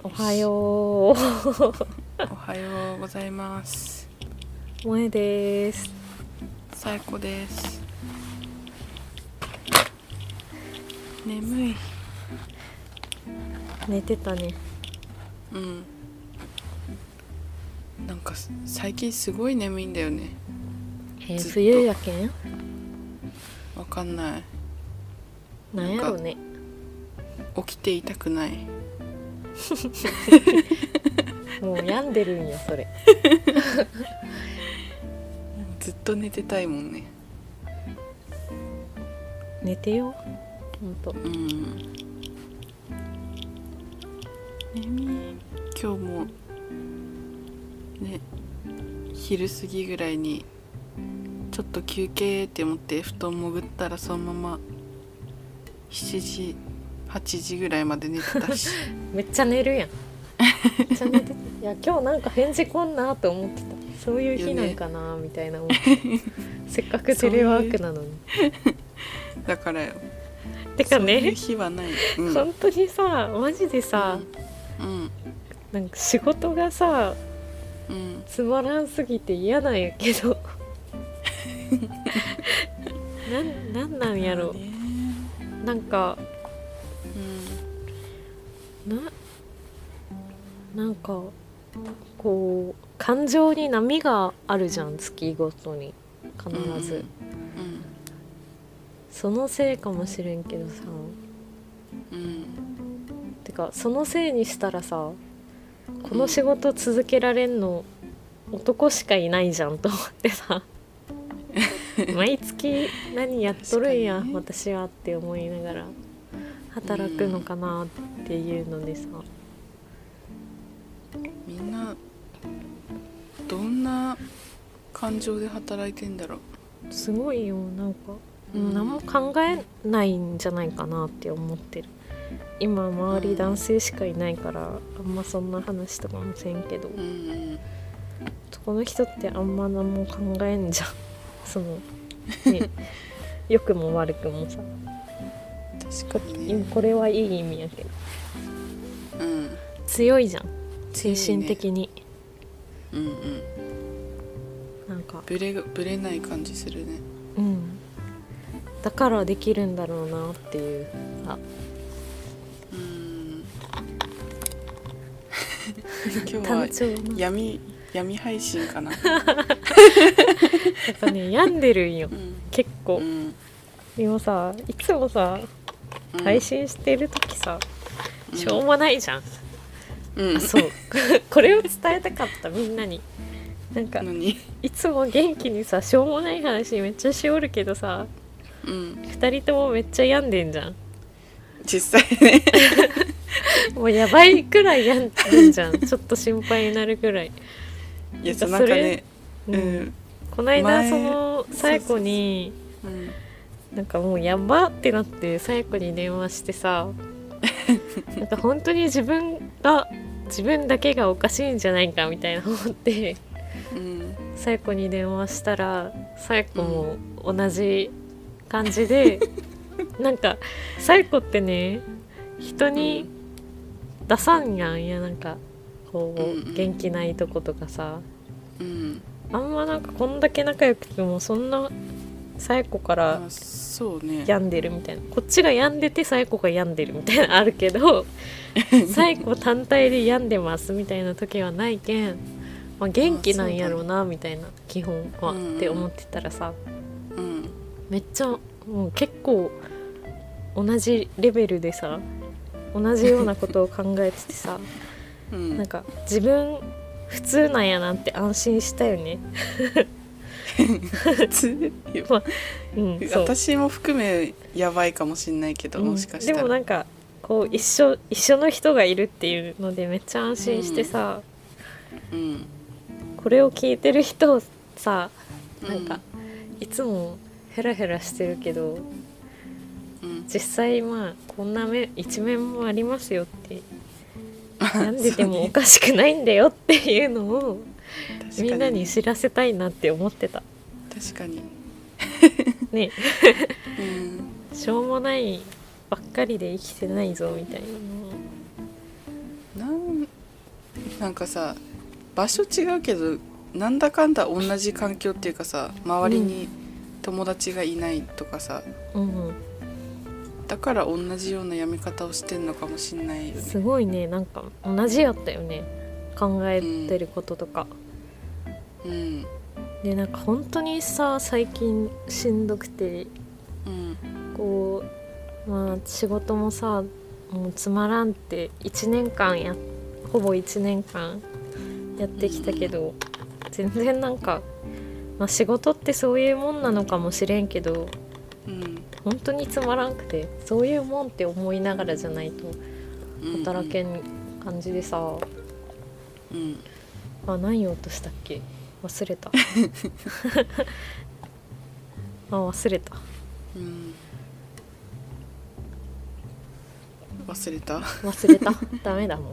おはよう。 おはようございます。 萌えです。 さえこです。眠い。 寝てたね。 うん。なんか最近すごい眠いんだよね。 冬やけん？ わかんない。 なんやろうね。 起きていたくない。 もう病んでるんやそれ。 ずっと寝てたいもんね。 寝てよ。ほんと。 うん。眠い。今日もね、昼過ぎぐらいにちょっと休憩って思って布団潜ったらそのまま7時8時ぐらいまで寝てたしめっちゃ寝るやん。めっちゃ寝てた。いや今日なんか返事こんなと思ってた。そういう日なんかなみたいな思ってせっかくテレワークなのに。 だからよ。 てかね、 そういう日はない、うん、 本当にさ、マジでさ、 うんなんか仕事がさ、 うん、 つまらんすぎて嫌なんやけどなんなんやろ、なんか、 うん、 なんかこう感情に波があるじゃん、月ごとに必ず、 うんうん、 そのせいかもしれんけどさ、 うん、 てかそのせいにしたらさ、この仕事続けられんの男しかいないじゃんと思ってさ毎月何やっとるんや、ね、私はって思いながら働くのかなっていうのでさ、 みんなどんな感情で働いてんだろう。 すごいよ。なんか、何も考えないんじゃないかなって思ってる。今周り男性しかいないからあんまそんな話とかもせんけど、この人ってあんま何も考えんじゃんそのね良くも悪くもさ。 確かにね、 これはいい意味やけど、強いじゃん精神的に、 うんうん、 なんかブレない感じするね。 だからできるんだろうなっていうさ。 今日は闇配信かなやっぱね病んでるんよ、結構、今さ、いつもさ配信してる時さ、しょうもないじゃん、あ、そうこれを伝えたかった、みんなに。なんかいつも元気にさ、しょうもない話めっちゃしおるけどさ、2人ともめっちゃ病んでんじゃん実際ねもうやばいくらい病んでんじゃんちょっと心配になるくらい。 いや、なんかね、 この間そのさえこになんかもうやばってなってさえこに電話してさなんか本当に自分だけがおかしいんじゃないかみたいな思ってさえこに電話したら、さえこも同じ感じで、なんかさえこってね、人に出さんやん。いや、なんかこう、元気ないとことかさ、あんまなんかこんだけ仲良くてもそんなさえこから病んでるみたいな、こっちが病んでてさえこが病んでるみたいなあるけどさえこ単体で病んでますみたいな時はないけん、まあ、元気なんやろうなみたいな、基本はって思ってたらさ、めっちゃもう結構同じレベルでさ、同じようなことを考えててさなんか自分普通なんやなって安心したよね普通まあ、私も含めやばいかもしんないけど、もしかしたらでもなんかこう一緒の人がいるっていうのでめっちゃ安心してさ、これを聞いてる人さ、なんかいつもヘラヘラしてるけど、実際まあこんな一面もありますよってなんででもおかしくないんだよっていうのをみんなに知らせたいなって思ってた。 確かにねしょうもないばっかりで生きてないぞみたいなの。 なんかさ場所違うけどなんだかんだ同じ環境っていうかさ、周りに友達がいないとかさ、 うんうん、 だから同じようなやめ方をしてんのかもしんないよね。 すごいね、なんか同じやったよね、考えてることとか。 うん、 でなんか本当にさ最近しんどくて、 うん、 こうまあ仕事もさもうつまらんって1年間ほぼ1年間やってきたけど、全然なんか、まあ、仕事ってそういうもんなのかもしれんけど、 うん、 本当につまらんくて、そういうもんって思いながらじゃないと働けん感じでさ、 うん、 あ、何言おうとしたっけ、忘れたあ、忘れた、 うん、忘れたダメだもん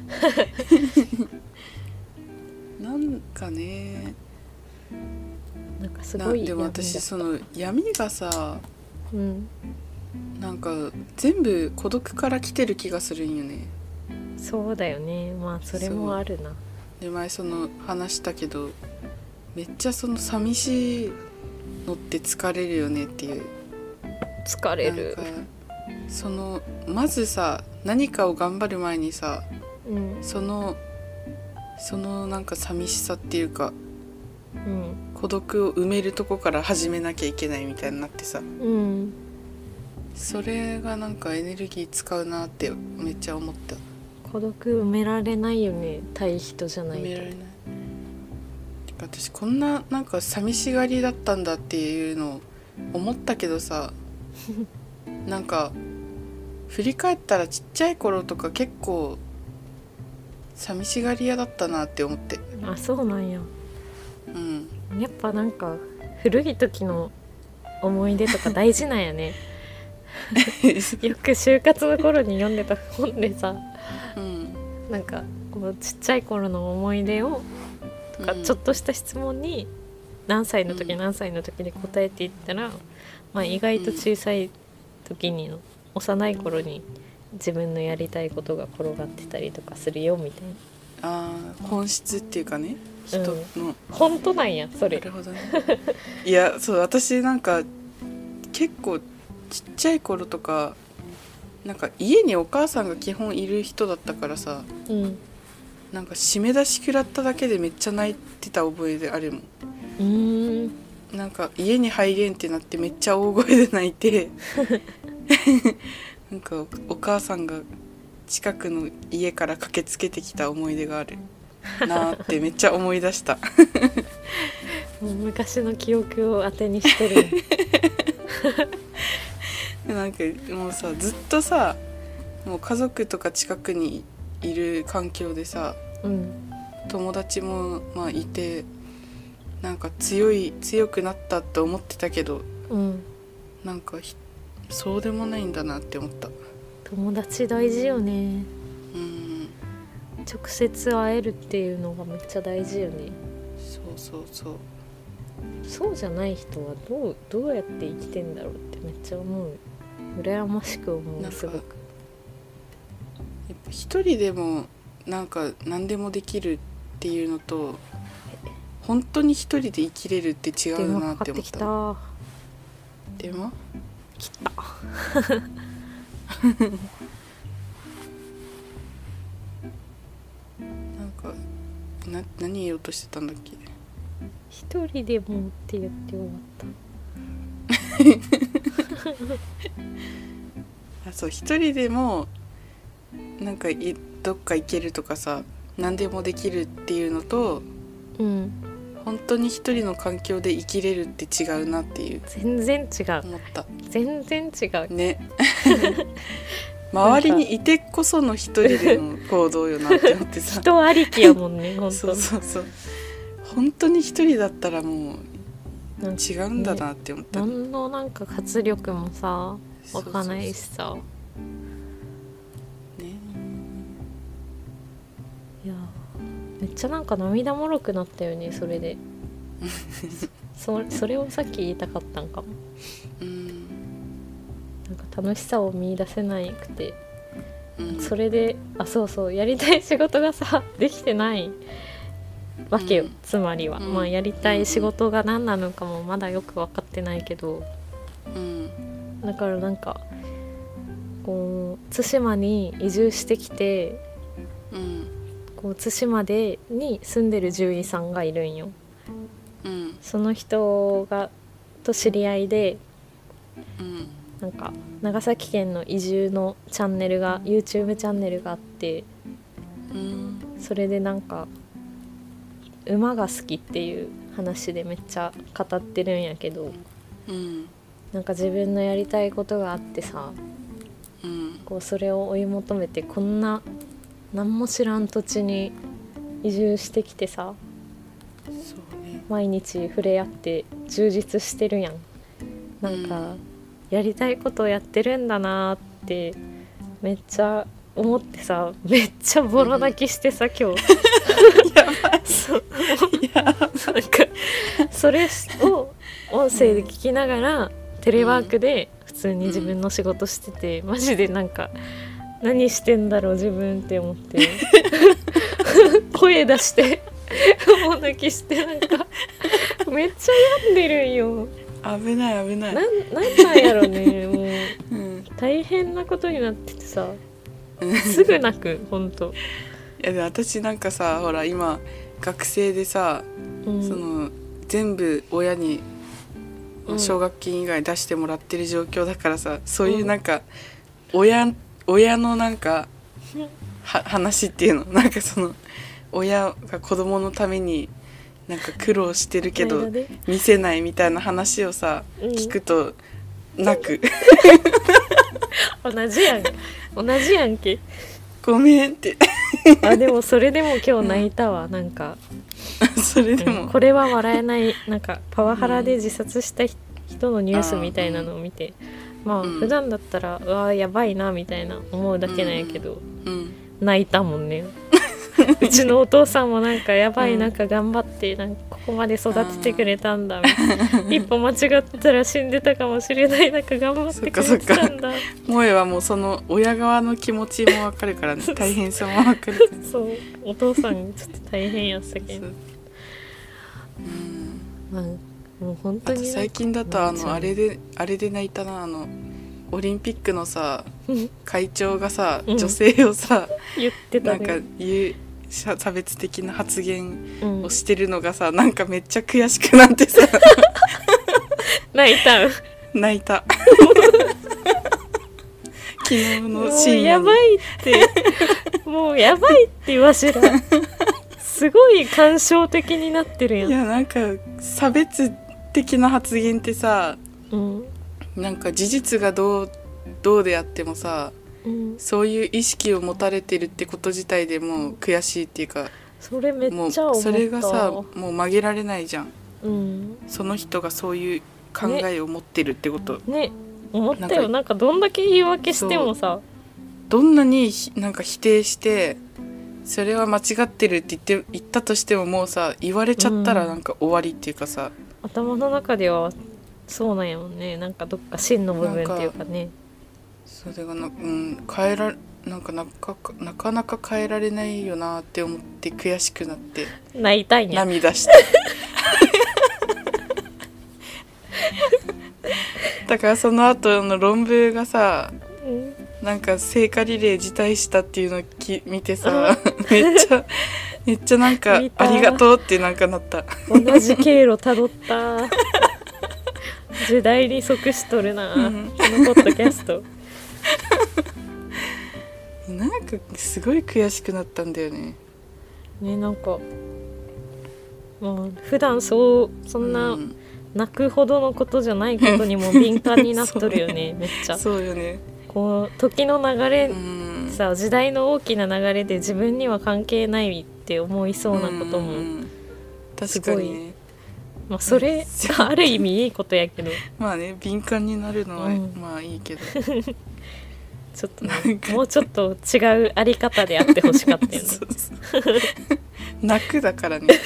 なんかね、 なんかすごいでも私その闇がさ、 うん、 なんか全部孤独から来てる気がするんよね。 そうだよね、まあそれもあるな。 で前その話したけど、めっちゃその寂しいのって疲れるよねっていう。 疲れる。 なんかそのまずさ何かを頑張る前にさ、 うん、 そのなんか寂しさっていうか、 うん、 孤独を埋めるとこから始めなきゃいけないみたいになってさ、 うん、それがなんかエネルギー使うなってめっちゃ思った。 孤独埋められないよね、対人じゃないと。 埋められない。私こんななんか寂しがりだったんだっていうのを思ったけどさなんか振り返ったらちっちゃい頃とか結構寂しがり屋だったなって思って。 あ、そうなんや。 うん、 やっぱなんか古い時の思い出とか大事なんやねよく就活の頃に読んでた本でさ、 うん、 なんかこのちっちゃい頃の思い出をとか、ちょっとした質問に何歳の時で答えていったら、まあ、意外と小さい時に幼い頃に自分のやりたいことが転がってたりとかするよみたいな。 あ、本質っていうかね、人の、 本当なんやそれ。 なるほどね。いやそう、私なんか結構ちっちゃい頃とかなんか家にお母さんが基本いる人だったからさ、 うん、 なんか締め出し食らっただけでめっちゃ泣いてた覚えであるもん。なんか家に入れんってなってめっちゃ大声で泣いてなんかお母さんが近くの家から駆けつけてきた思い出があるなーってめっちゃ思い出したもう昔の記憶を当てにしてるなんかもうさずっとさもう家族とか近くにいる環境でさ、 うん、 友達もまあいてなんか強くなったって思ってたけど、 うん、 なんかそうでもないんだなって思った。 友達大事よね。 うん、 直接会えるっていうのがめっちゃ大事よね。そうじゃない人はどうやって生きてんだろうってめっちゃ思う。羨ましく思う。すごく一人でもなんか何でもできるっていうのと本当に一人で生きれるって違うなって思った。電話来たなんか何言おうとしてたんだっけ。 一人でもって言って終わったあ、そう、一人でもなんかどっか行けるとかさ何でもできるっていうのと、 うん、 本当に一人の環境で生きれるって違うなっていう。 全然違う。 思った。 全然違うね周りにいてこその一人での行動よなって思ってさ人ありきやもんね本当に。 そう本当に一人だったらもう違うんだなって思った、ね、 何のなんか活力もさ湧かないしさ。 ね、 いやめっちゃなんか涙もろくなったよねそれでそれをさっき言いたかったんかも。なんか楽しさを見出せなくてそれでそうそうやりたい仕事がさできてないわけよ、つまりは、まあやりたい仕事が何なのかもまだよく分かってないけど、だからなんかこう対馬に移住してきて、こう対馬に住んでる獣医さんがいるんよ、その人と知り合いで、なんか長崎県の移住のチャンネルが YouTube チャンネルがあって、それでなんか馬が好きっていう話でめっちゃ語ってるんやけど、なんか自分のやりたいことがあってさ、こうそれを追い求めてこんな何も知らん土地に移住してきてさ、毎日触れ合って充実してるやん。なんかやりたいことをやってるんだなってめっちゃ思ってさ、めっちゃボロ泣きしてさ、今日やばいそうなんかそれを音声で聞きながらテレワークで普通に自分の仕事してて、マジでなんか何してんだろう自分って思って声出してもう泣きして、なんかめっちゃ病んでるんよ。 危ない危ない。 なんやろねもう、大変なことになっててさ、すぐ泣くほんと。 いやで私なんかさ、ほら今学生でさ、その全部親に奨学金以外出してもらってる状況だからさ、そういうなんか親のなんか話っていうの、なんかその親が子供のためになんか苦労してるけど見せないみたいな話をさ、聞くと泣く同じやんけごめんってでもそれでも今日泣いたわ、なんかそれでも、 これは笑えない。なんかパワハラで自殺した人のニュースみたいなのを見て、まあ普段だったらうわやばいなみたいな思うだけなんやけど、泣いたもんねうちのお父さんもなんかやばい、なんか頑張ってなんかここまで育ててくれたんだみたいな、一歩間違ったら死んでたかもしれない、なんか頑張ってくれてたんだ。 萌えはもうその親側の気持ちもわかるからね大変さもわかるそうお父さんちょっと大変やったけど、まあ、もう本当に最近だとあれで泣いたな。オリンピックのさ会長がさ、女性をさ言ってたね、 なんか差別的な発言をしてるのがさ、なんかめっちゃ悔しくなってさ泣いた昨日の深夜にもうやばいってわしらすごい感傷的になってるやん。 いやなんか差別的な発言ってさ、なんか事実がどうであってもさ、そういう意識を持たれてるってこと自体でもう悔しいっていうか、 それめっちゃ思った。 それがさもう曲げられないじゃん、その人がそういう考えを持ってるってことね思ったよ。なんかどんだけ言い訳してもさ、 どんなになんか否定してそれは間違ってるって言ったとしても、もうさ言われちゃったらなんか終わりっていうかさ、 頭の中ではそうなんやもんね。なんかどっか芯の部分っていうかね、 それがなかなか変えられないよなって思って悔しくなって泣いたんや。 涙してだからその後の論文がさ、なんか聖火リレー辞退したっていうのを見てさめっちゃなんかありがとうってなんかなった。 同じ経路たどった時代に即しとるな、このポッドキャストなんかすごい悔しくなったんだよね。 なんかもう普段そんな泣くほどのことじゃないことにも敏感になっとるよねめっちゃ。 そうよね。 こう時の流れさ、時代の大きな流れで自分には関係ないって思いそうなこともすごい、 確かにね。 まあそれがある意味いいことやけどまあね敏感になるのはまあいいけどちょっとねもうちょっと違うあり方であってほしかったよねそう泣くだからね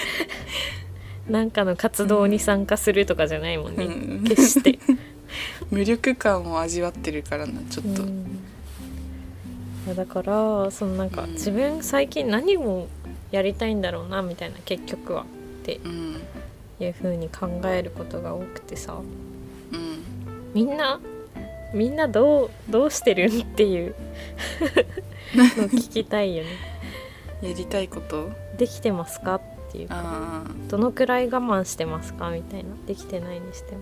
なんかの活動に参加するとかじゃないもんね、決して無力感を味わってるからなちょっと、 いやだからそのなんか自分最近何をやりたいんだろうなみたいな結局はっていう風に考えることが多くてさ、みんなどうしてるんっていうの聞きたいよね。 やりたいことできてますかっていうか、どのくらい我慢してますかみたいな、できてないにして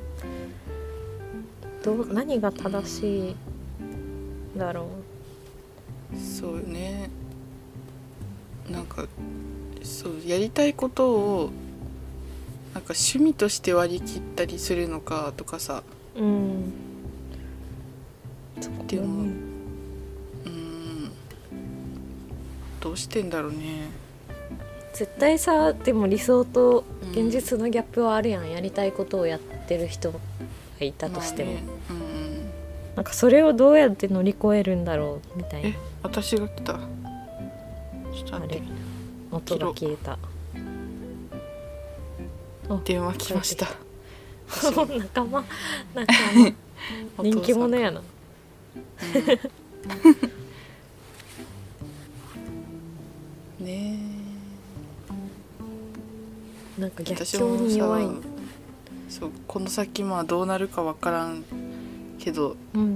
も何が正しいだろう。 そうよね。なんかそうやりたいことをなんか趣味として割り切ったりするのかとかさ、でもどうしてんだろうね。 絶対さ、でも理想と現実のギャップはあるやん、やりたいことをやってる人がいたとしても、なんかそれをどうやって乗り越えるんだろうみたいな。 私が来た。ちょっと待って、 音が消えた。 電話来ました。 仲間人気者やな。 ねえ、なんか逆境に弱い。 そうこの先まあどうなるかわからんけど、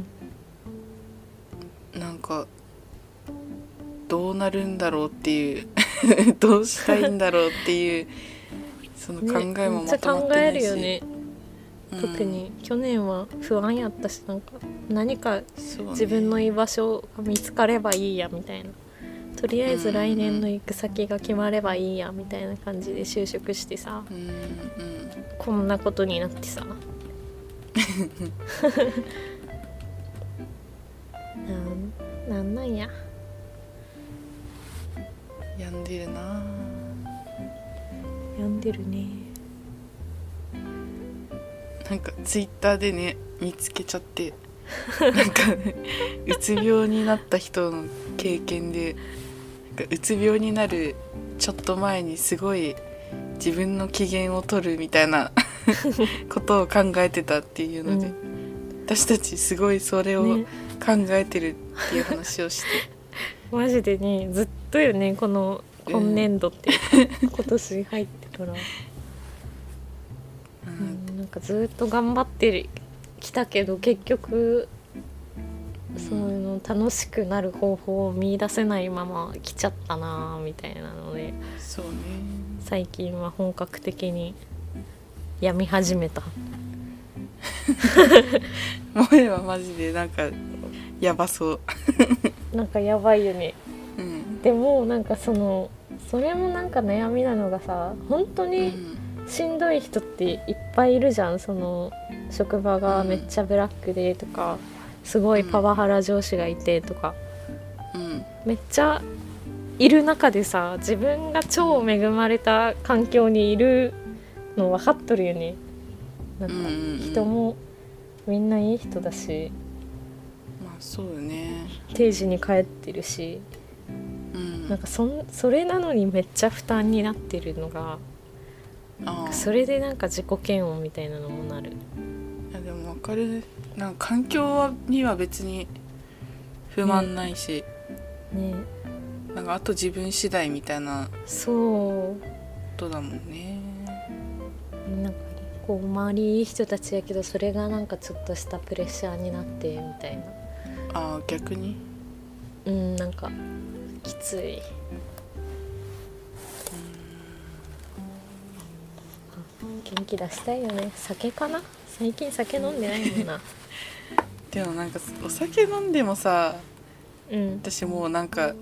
なんかどうなるんだろうっていうどうしたいんだろうっていうその考えもまとまってないし、めっちゃ考えるよね。 特に去年は不安やったし、なんか何か自分の居場所が見つかればいいやみたいな、とりあえず来年の行く先が決まればいいやみたいな感じで就職してさ、こんなことになってさなんや、 病んでるな。 病んでるね。 なんかツイッターでね見つけちゃってなんか、ね、うつ病になった人の経験で、なんかうつ病になるちょっと前にすごい自分の機嫌を取るみたいなことを考えてたっていうので、私たちすごいそれを考えてるっていう話をして、 マジでね、ずっとよね、この今年度っていうか、今年入ってからなんかずっと頑張ってきたけど結局そういうの楽しくなる方法を見出せないまま来ちゃったなみたいなので、 そうね、 最近は本格的に病み始めた。 萌はマジでなんかやばそうなんかやばいよね、でもなんかそれもなんか悩みなのがさ、本当にしんどい人っていっぱいいるじゃん。その職場がめっちゃブラックでとか、すごいパワハラ上司がいてとか、めっちゃいる中でさ、自分が超恵まれた環境にいるの分かっとるよね。なんか人もみんないい人だし、 まあそうよね、 定時に帰ってるし、なんかそれなのにめっちゃ負担になってるのが、それでなんか自己嫌悪みたいなのもなる。いやでも分かる。なんか環境には別に不満ないし、なんかあと自分次第みたいなことだもんね。 なんかこう周りいい人たちやけど、それがなんかちょっとしたプレッシャーになってみたいな。 逆になんかきつい。元気出したいよね。酒かな、最近酒飲んでないもんな。 でもなんかお酒飲んでもさ、私もうなんか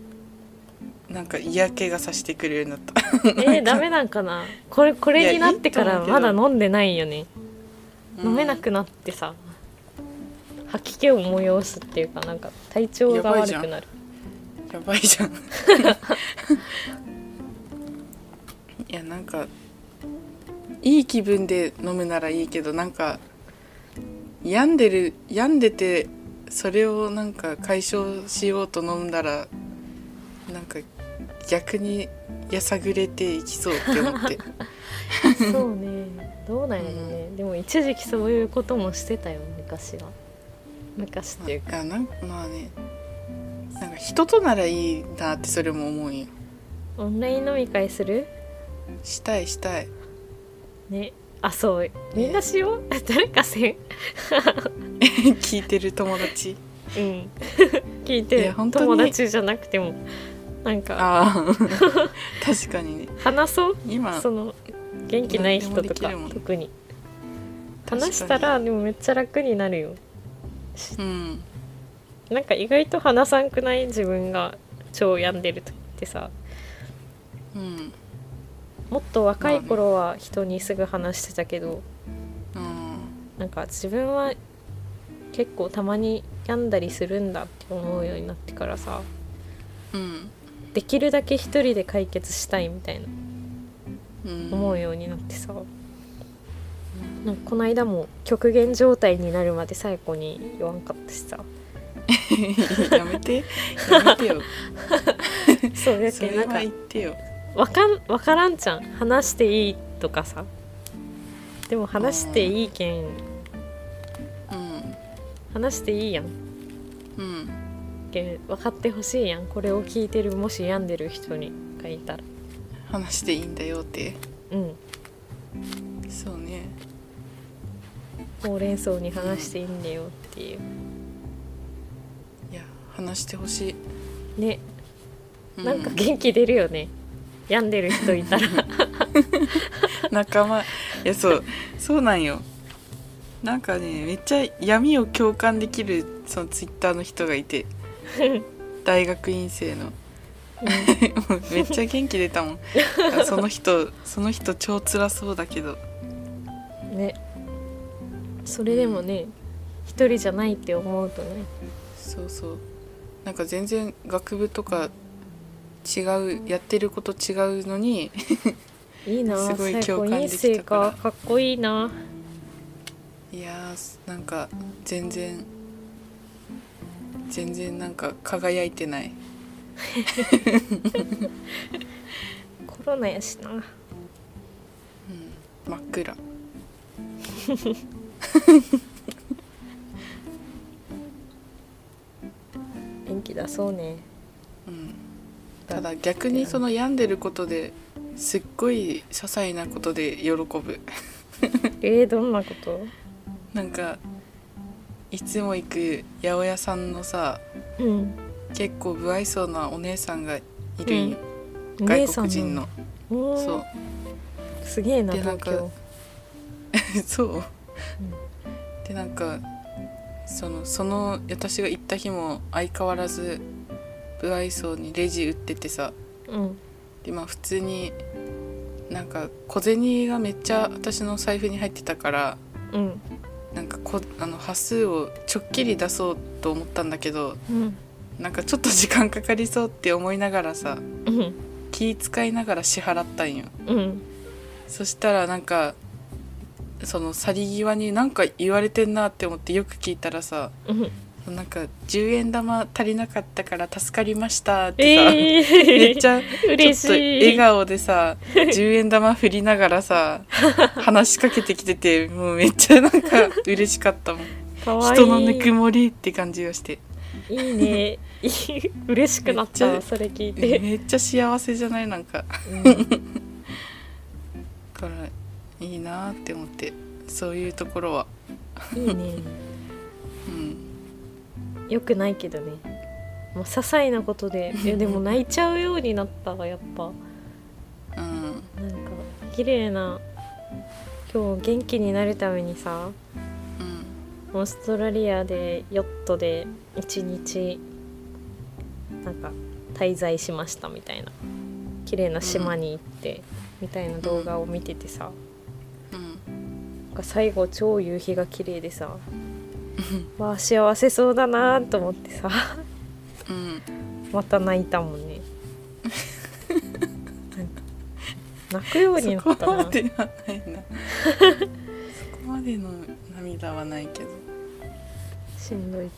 嫌気がさしてくるようになった。 ダメなんかな。これになってからまだ飲んでないよね。飲めなくなってさ、吐き気を催すっていうか、なんか体調が悪くなる。 やばいじゃん。いやなんかいい気分で飲むならいいけど、なんか病んでてそれをなんか解消しようと飲んだら、なんか逆にやさぐれていきそうって思って。 そうね、どうなんやろね、でも一時期そういうこともしてたよね。 昔っていうか、 まあね、なんか人とならいいなってそれも思うんよ。 オンライン飲み会する？ したいね。あ、そうみんなしよう、誰かせん聞いてる友達聞いてる友達じゃなくてもなんか確かにね、 話そう今その元気ない人とか特に話したらでもめっちゃ楽になるよ。なんか意外と話さんくない？自分が超病んでる時ってさ、もっと若い頃は人にすぐ話してたけど、なんか自分は結構たまに病んだりするんだって思うようになってからさ、できるだけ一人で解決したいみたいな、思うようになってさ、なんかこの間も極限状態になるまで最後に言わんかったしさやめてよそうやってなんか言ってよ。 わからんじゃん、話していいとかさ。でも話していいけん、話していいやん、けん分かってほしいやん。これを聞いてるもし病んでる人にがいたら話していいんだよって。そうね、 ほうれん草に話していいんだよっていう、 いや話してほしいね。なんか元気出るよね、病んでる人いたら仲間、いやそうなんよ。なんかね、めっちゃ闇を共感できるそのツイッターの人がいて大学院生のめっちゃ元気出たもんその人超辛そうだけどね。それでもね、一人じゃないって思うとね。 そうなんか全然学部とか違う、やってること違うのにいいな、 すごい共感できたから。 かっこいいな。 いやなんか全然なんか輝いてないコロナやしな、 真っ暗元気出そうね。 ただ逆にその病んでることですっごい些細なことで喜ぶどんなこと？ なんかいつも行く八百屋さんのさ、結構不愛想なお姉さんがいるんよ、外国人の。 そうすげえな、東京そう、でなんかその私が行った日も相変わらず不愛想にレジ売っててさ、で普通になんか小銭がめっちゃ私の財布に入ってたから、なんか端数をちょっきり出そうと思ったんだけど、なんかちょっと時間かかりそうって思いながらさ、気遣いながら支払ったんよ、そしたらなんかその去り際になんか言われてんなって思ってよく聞いたらさ、なんか10円玉足りなかったから助かりましたってさ、めっちゃちょっと笑顔でさ10円玉振りながらさ話しかけてきてて、もうめっちゃなんか嬉しかったもん。かわいい、人のぬくもりって感じがして、 いいね嬉しくなったそれ聞いて。 めっちゃ幸せじゃない？なんか、だからいいなって思って、そういうところはいいねよくないけどね、もう些細なことででも泣いちゃうようになったわ、やっぱ。なんか綺麗な、今日元気になるためにさ、オーストラリアでヨットで1日なんか滞在しましたみたいな、綺麗な島に行ってみたいな動画を見ててさ、なんか最後超夕日が綺麗でさわあ幸せそうだなと思ってさ、また泣いたもんね泣くようになったな。 そこまではないなそこまでの涙はないけどしんどい。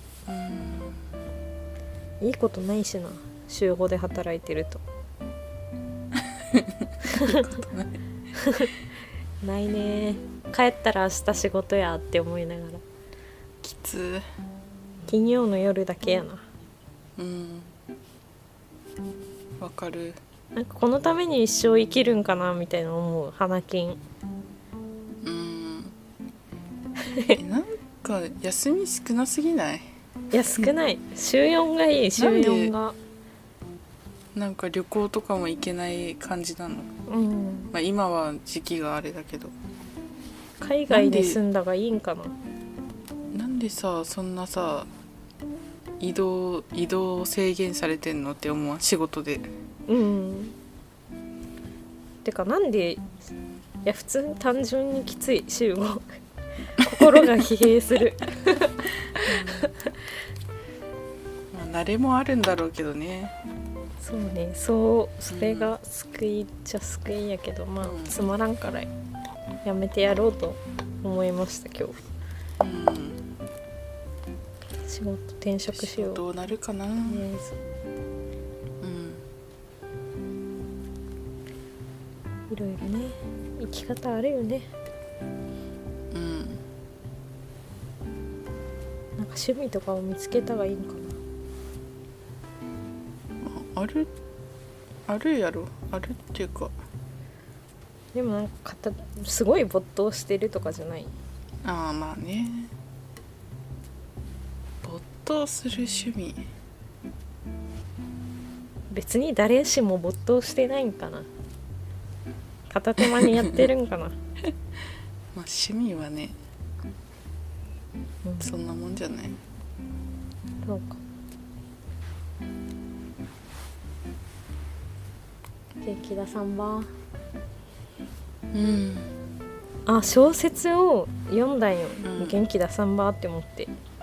いいことないしな、週5で働いてるといいことないないね。帰ったら明日仕事やって思いながら末。 金曜の夜だけやな。 わかる。 なんかこのために一生生きるんかなみたいな思う、花金。 なんか休み少なすぎない？ いや少ない。週4がいい。週4がなんか旅行とかも行けない感じなの。まあ今は時期があれだけど、 海外で住んだがいいんかな。 なんでさ、そんなさ移動制限されてんのって思う、仕事で。 てかなんで、いや普通に単純にきつい、週5心が疲弊するまあ慣れもあるんだろうけどね。 そうね、それが救いっちゃ救いやけど、まあつまらんからやめてやろうと思いました今日。仕事転職しよう。 どうなるかな。 いろいろね、生き方あるよね。なんか趣味とかを見つけたがいいんかな。 あるやろ。あるっていうか、 でもなんかすごい没頭してるとかじゃない。 まあね、没頭する趣味、 別に誰しも没頭してないんかな。片手間にやってるんかなまあ趣味はね、そんなもんじゃない。 そうか。元気ださんば。小説を読んだんよ、元気ださんばって思って。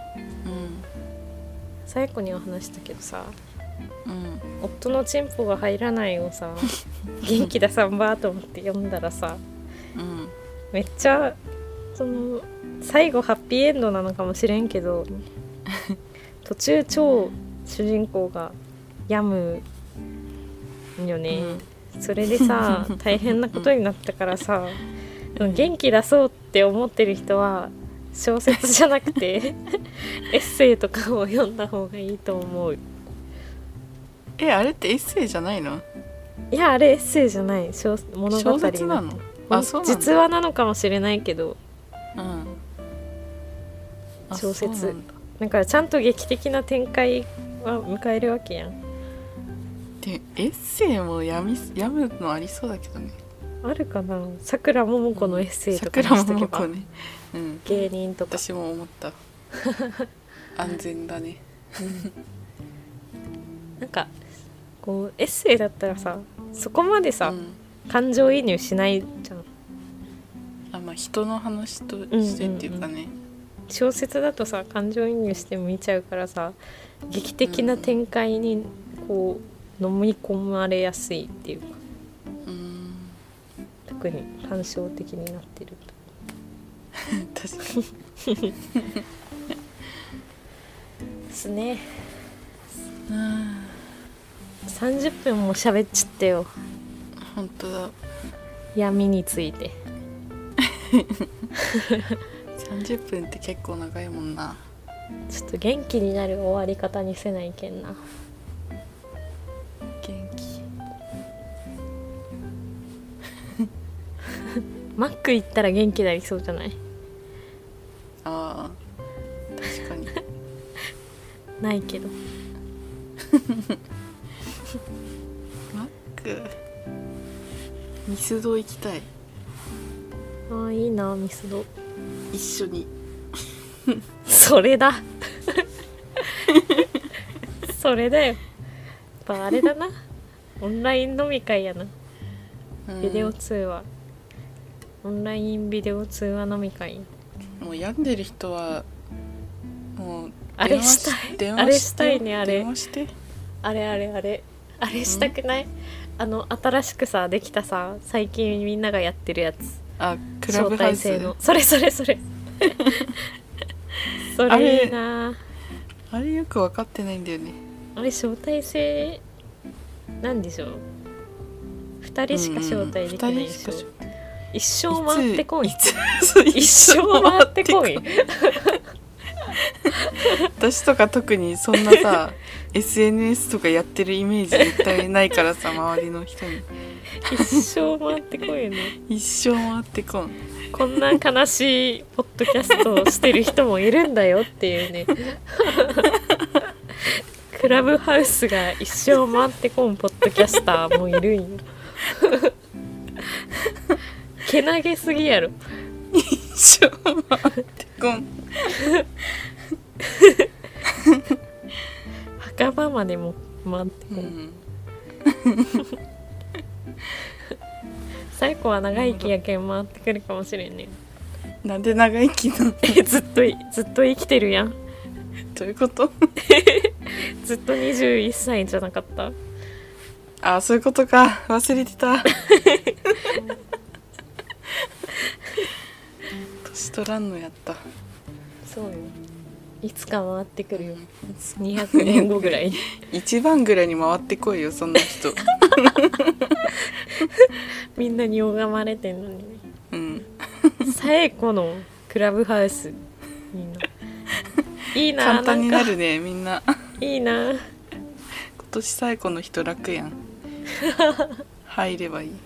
最後には話したけどさ、夫のチンポが入らないをさ元気ださんばと思って読んだらさ、めっちゃその最後ハッピーエンドなのかもしれんけど途中超主人公が病むよね、それでさ大変なことになったからさ、元気出そうって思ってる人は小説じゃなくてエッセイとかを読んだ方がいいと思う。 あれってエッセイじゃないの？ いや、あれエッセイじゃない、物語。 小説なの？そうなんだ。 実話なのかもしれないけど、小説だからちゃんと劇的な展開は迎えるわけやん。 でエッセイもやむのありそうだけどね。 あるかな。さくらももこのエッセイとかにしとけば、芸人とか。 私も思った安全だねなんかこうエッセイだったらさ、そこまでさ、感情移入しないじゃん。 まあ人の話としてっていうかね、 小説だとさ感情移入して見ちゃうからさ、劇的な展開にこう飲み込まれやすいっていうか、特に感傷的になってると確かにですね。30分も喋っちゃったよ。 本当だ。 闇について 30分って結構長いもんな。 ちょっと元気になる終わり方にせないけんな。 元気マック行ったら元気になりそうじゃない？ 確かにないけどマックミスド行きたい。 いいなミスド。 一緒にそれだそれだよ。やっぱあれだな、オンライン飲み会やな。ビデオ通話、オンラインビデオ通話飲み会。 もう病んでる人はもうあれしたい、あれしたいね。あれあれしたくない？新しくさできたさ、最近みんながやってるやつ、 クラブハウスのそれそれいいな。 あれよく分かってないんだよね。 あれ招待制なんでしょう。2人しか招待できないでしょ。一生回ってこい。一生回ってこい私とか特にそんなさSNS とかやってるイメージ絶対ないからさ、周りの人に一生回ってこいよね。 一生回ってこん。 こんな悲しいポッドキャストをしてる人もいるんだよっていうね。クラブハウスが一生回ってこんポッドキャスターもいるんよ。けなげすぎやろ。 一生回ってこん。 墓場までも回ってこん。最後は長生きやけん回ってくるかもしれんね。 なんで長生きのずっと生きてるやん。 どういうこと？ ずっと21歳じゃなかった？ あ、そういうことか、忘れてた。年取らんのやった。 そうよ、いつか回ってくるよ、200年後ぐらいに。 一番ぐらいに回ってこいよ、そんな人。 みんなに拝まれてんのにね。 うん。 最古のクラブハウス、みんな。いいな、 簡単になるね、みんな。 いいな。 今年最古の人楽やん。入ればいい。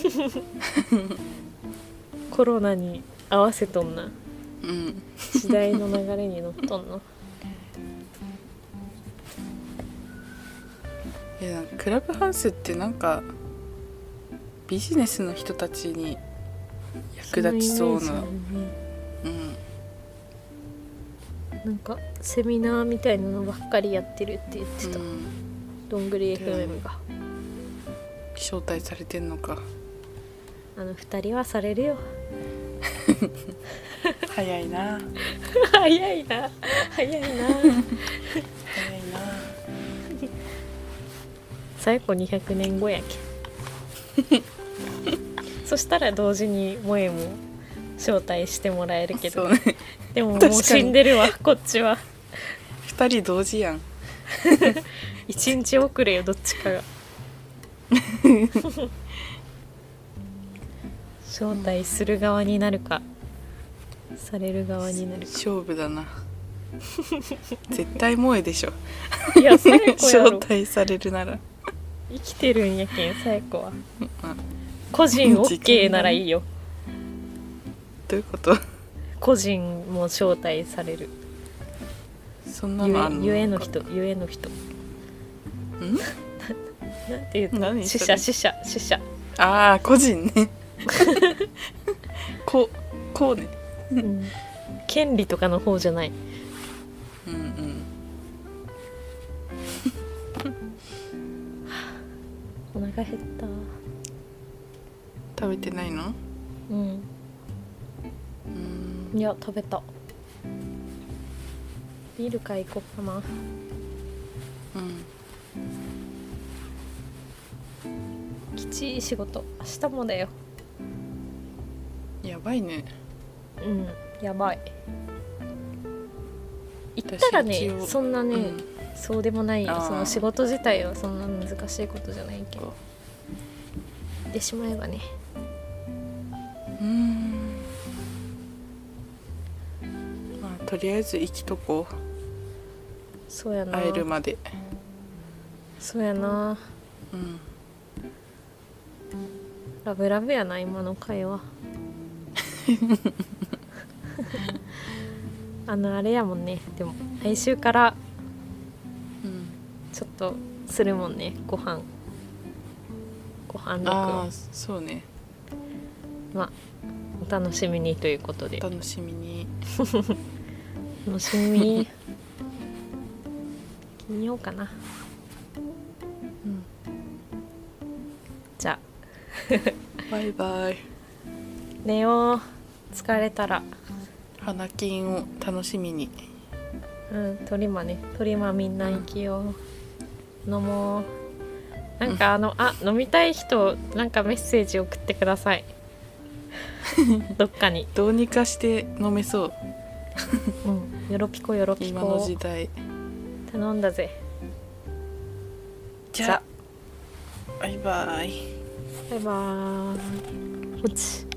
コロナに合わせとんな。 うん。 時代の流れに乗っとんの。 いや、クラブハウスってなんかビジネスの人たちに役立ちそうな。うん。 なんかセミナーみたいなのばっかりやってるって言ってた、どんぐり FM が。 招待されてんのか。 あの2人はされるよ。 早いな。 早いな。早いな。 早いな。 最後200年後やけん。そしたら同時に萌えも招待してもらえるけど、 ね、 でももう死んでるわ、こっちは。 2人同時やん。 1日遅れよ、どっちかが。招待する側になるかされる側になるか、 勝負だな。絶対萌えでしょ。 いや最後やろ。 招待されるなら生きてるんやけん、最後は。個人 OK ならいいよ。 どういうこと？ 個人も招待される。 そんなのあんの？ ゆえの人、ゆえの人。ん？なんていうの？死者。 ああ、個人ね。こうね。 うん。権利とかの方じゃない。 うんうん。 お腹減った。 食べてないの？ うん。いや食べた。ビール買い行こうかな。うん。きちい仕事、明日もだよ。 やばいね。 うん、やばい。行ったらね、そんなね、そうでもないよ。その仕事自体はそんな難しいことじゃないけど、行ってしまえばね。 まあとりあえず生きとこう。 そうやな。 会えるまで。 そうやな。 うん。 ラブラブやな、今の会話。あれやもんね。でも来週からちょっとするもんね、ご飯録音。 ああ、そうね。 まあお楽しみにということで。 楽しみに。 楽しみに。見ようかな。うん。じゃあ。 バイバイ。 寝よう。疲れたら。 花金を楽しみに。 うん、鳥間みんな生きよう。飲もう。なんか飲みたい人なんかメッセージ送ってください。どっかに。 どうにかして飲めそう。 うん、よろぴこ。 今の時代。 頼んだぜ。 じゃあバイバイ。 バイバーイ。